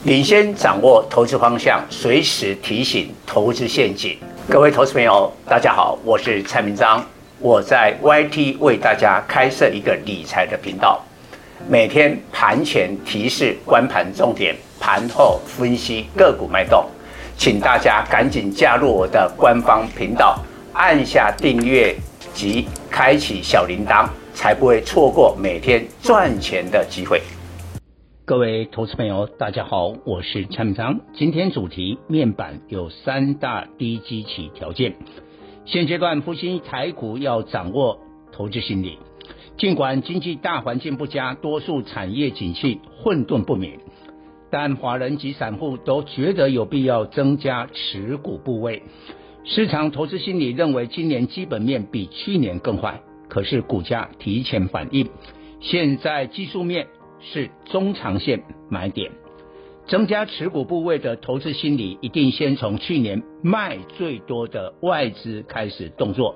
领先掌握投资方向，随时提醒投资陷阱。各位投资朋友，大家好，我是蔡明彰，我在 YT 为大家开设一个理财的频道，每天盘前提示观盘重点，盘后分析个股脉动，请大家赶紧加入我的官方频道，按下订阅及开启小铃铛，才不会错过每天赚钱的机会。各位投资朋友，大家好，我是蔡明彰。今天主题面板有三大低基期条件，现阶段复兴台股要掌握投资心理。尽管经济大环境不佳，多数产业景气混沌不明，但法人及散户都觉得有必要增加持股部位。市场投资心理认为今年基本面比去年更坏，可是股价提前反应。现在技术面是中长线买点，增加持股部位的投资心理一定先从去年卖最多的外资开始动作。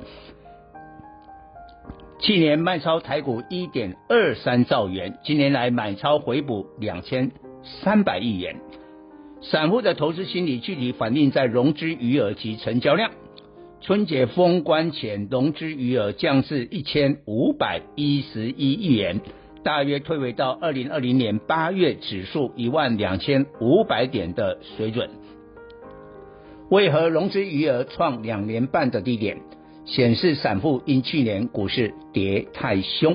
去年卖超台股 1.23 兆元，今年来买超回补2300亿元。散户的投资心理具体反映在融资余额及成交量。春节封关前融资余额降至1511亿元，大约退回到2020年8月指数12500点的水准。为何融资余额创2年半的低点？显示散户因去年股市跌太凶，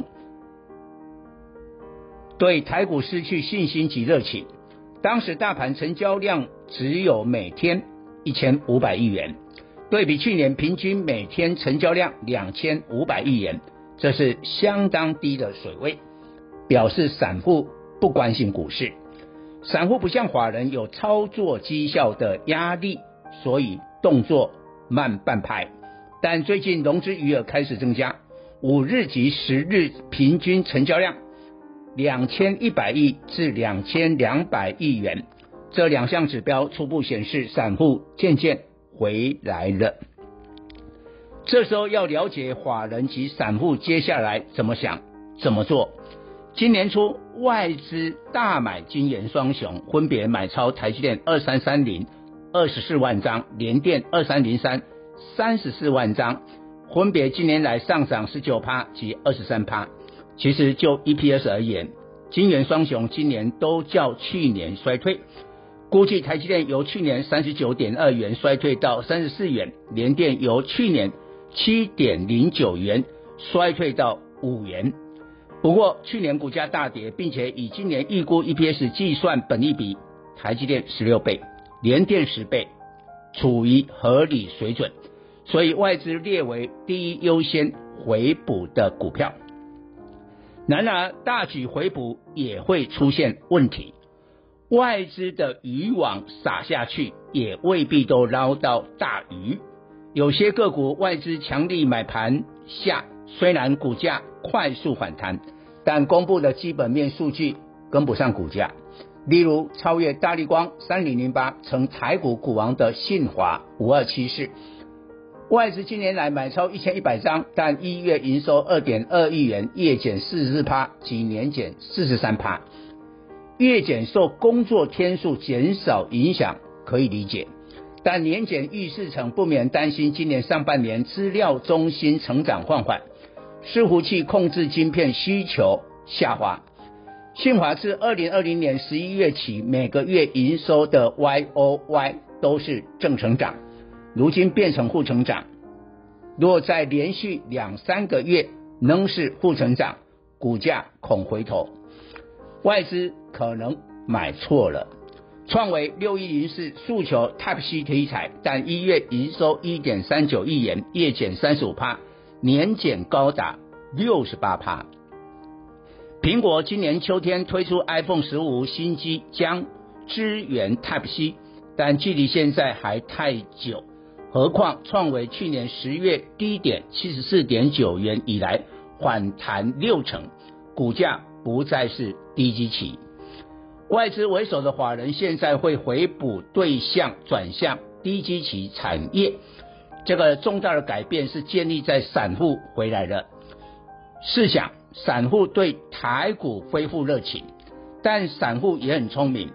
对台股失去信心及热情。当时大盘成交量只有每天1500亿元，对比去年平均每天成交量2500亿元，这是相当低的水位，表示散户不关心股市。散户不像法人有操作绩效的压力，所以动作慢半拍。但最近融资余额开始增加，5日及10日平均成交量2100亿至2200亿元，这两项指标初步显示散户渐渐回来了。这时候要了解法人及散户接下来怎么想怎么做。今年初外资大买金元双雄，分别买超台积电2330 24万张，联电2303 34万张，分别今年来上涨 19% 及 23%。其实就 EPS 而言，金元双雄今年都较去年衰退，估计台积电由去年 39.2 元衰退到34元，联电由去年 7.09 元衰退到5元。不过去年股价大跌，并且以今年预估 EPS 计算本益比，台积电16倍，联电10倍，处于合理水准，所以外资列为第一优先回补的股票。然而大举回补也会出现问题，外资的渔网撒下去也未必都捞到大鱼。有些个股外资强力买盘下，虽然股价快速反弹，但公布的基本面数据跟不上股价。例如超越大立光3008，成台股股王的信华5274，外资今年来买超1100张，但1月营收 2.2 亿元，月减 44% 及年减 43%。月减受工作天数减少影响可以理解，但年减预示成不免担心今年上半年资料中心成长放缓，伺服器控制晶片需求下滑。信华自2020年11月起，每个月营收的 YOY 都是正成长，如今变成负成长。若再连续2-3个月仍是负成长，股价恐回头，外资可能买错了。创惟6104诉求 Type-C 题材，但1月营收 1.39 亿元，月减 35%， 年减高达 68%。苹果今年秋天推出 iPhone 15新机，将支援 Type-C， 但距离现在还太久。何况创惟去年10月低点 74.9 元以来反弹60%，股价不再是低基期。外资为首的法人现在会回补对象转向低基期产业，这个重大的改变是建立在散户回来了。试想，散户对台股恢复热情，但散户也很聪明，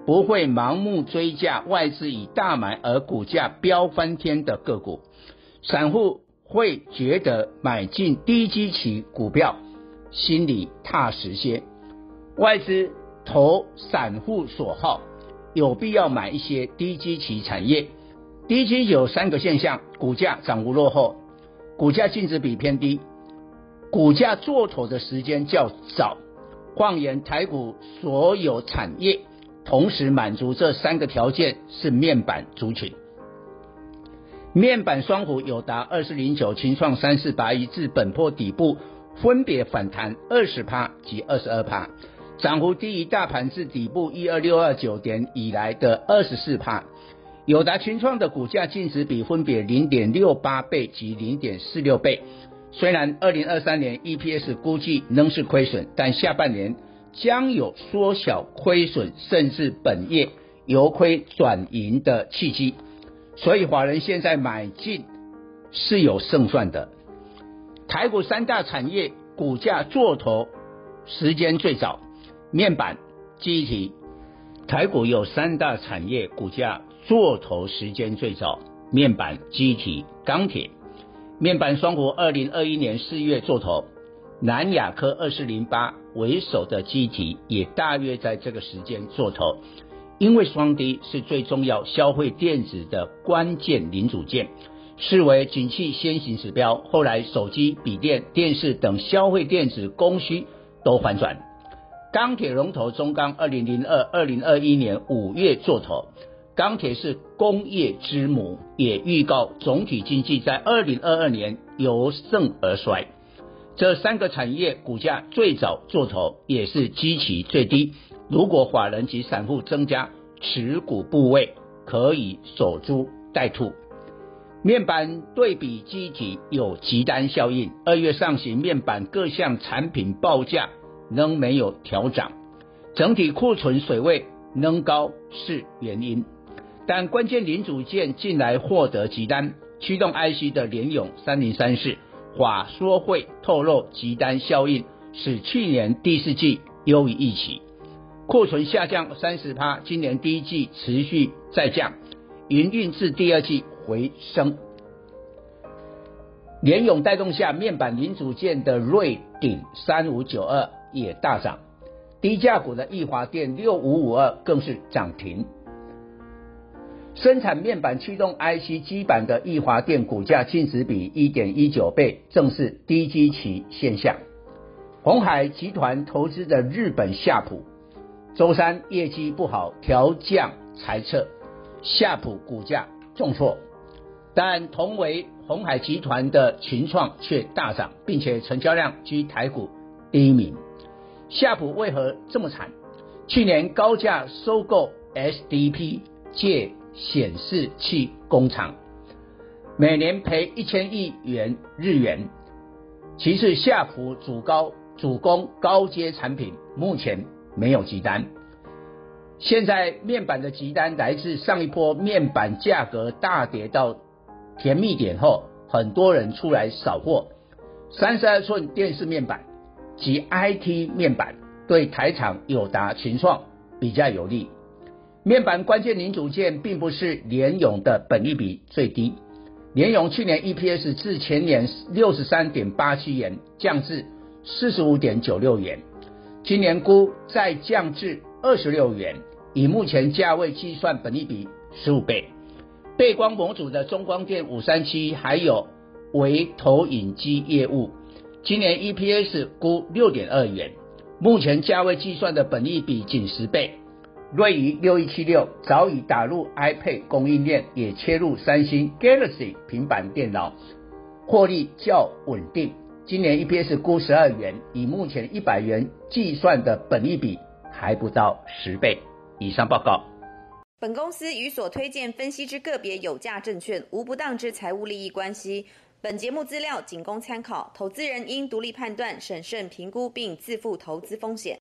不会盲目追价外资以大买而股价飙翻天的个股，散户会觉得买进低基期股票心里踏实些。外资投散户所好，有必要买一些低基期产业。低基有3个现象：股价涨幅落后，股价净值比偏低，股价做头的时间较早。放眼台股所有产业，同时满足这3个条件是面板族群。面板双虎友达2009、群创3481至本波底部分别反弹 20% 及 22%， 涨幅低于大盘至底部12629点以来的 24%。友达、群创的股价净值比分别 0.68 倍及 0.46 倍。虽然2023年 EPS 估计仍是亏损，但下半年将有缩小亏损甚至本业由亏转盈的契机，所以法人现在买进是有胜算的。台股3大产业股价做头时间最早，面板、记忆体。台股有3大产业股价做头时间最早，面板、记忆体、钢铁。面板双虎2021年4月做头，南亚科2408为首的记忆体也大约在这个时间做头，因为双低是最重要消费电子的关键零组件，视为景气先行指标。后来手机、笔电、电视等消费电子供需都反转。钢铁龙头中钢2002、2021年5月做头，钢铁是工业之母，也预告总体经济在2022年由盛而衰。这3个产业股价最早做头，也是基期最低。如果法人及散户增加持股部位，可以守株待兔。面板对比记忆体有急单效应，2月上行面板各项产品报价仍没有调涨，整体库存水位仍高是原因。但关键零组件近来获得急单，驱动 IC 的联咏3034法说会透露急单效应使去年第4季优于预期，库存下降 30%， 今年第1季持续再降，营运至第2季回升。联咏带动下，面板零组件的瑞鼎3592也大涨，低价股的易华电6552更是涨停。生产面板驱动 IC 基板的易华电股价净值比 1.19 倍，正是低基期现象。鸿海集团投资的日本夏普周三业绩不好，调降财测，夏普股价重挫。但同为鸿海集团的群创却大涨，并且成交量居台股第1名。夏普为何这么惨？去年高价收购 SDP 借显示器工厂，每年赔1000亿元日元。其次，夏普主攻高阶产品，目前没有急单。现在面板的急单来自上一波面板价格大跌到甜蜜点后，很多人出来扫货。32寸电视面板及 IT 面板对台厂友达、群创比较有利。面板关键零组件并不是联咏的本益比最低，联咏去年 EPS 自前年 63.87 元降至 45.96 元，今年估再降至26元，以目前价位计算本益比15倍。背光模组的中光电537还有微投影机业务，今年 EPS 估 6.2 元，目前价位计算的本益比仅10倍。瑞仪6176早已打入 iPad 供应链，也切入三星 Galaxy 平板电脑，获利较稳定。今年 EPS 估12元，以目前100元计算的本益比还不到10倍。以上报告。 本公司与所推荐分析之个别有价证券无不当之财务利益关系。本节目资料仅供参考，投资人应独立判断、审慎评估并自负投资风险。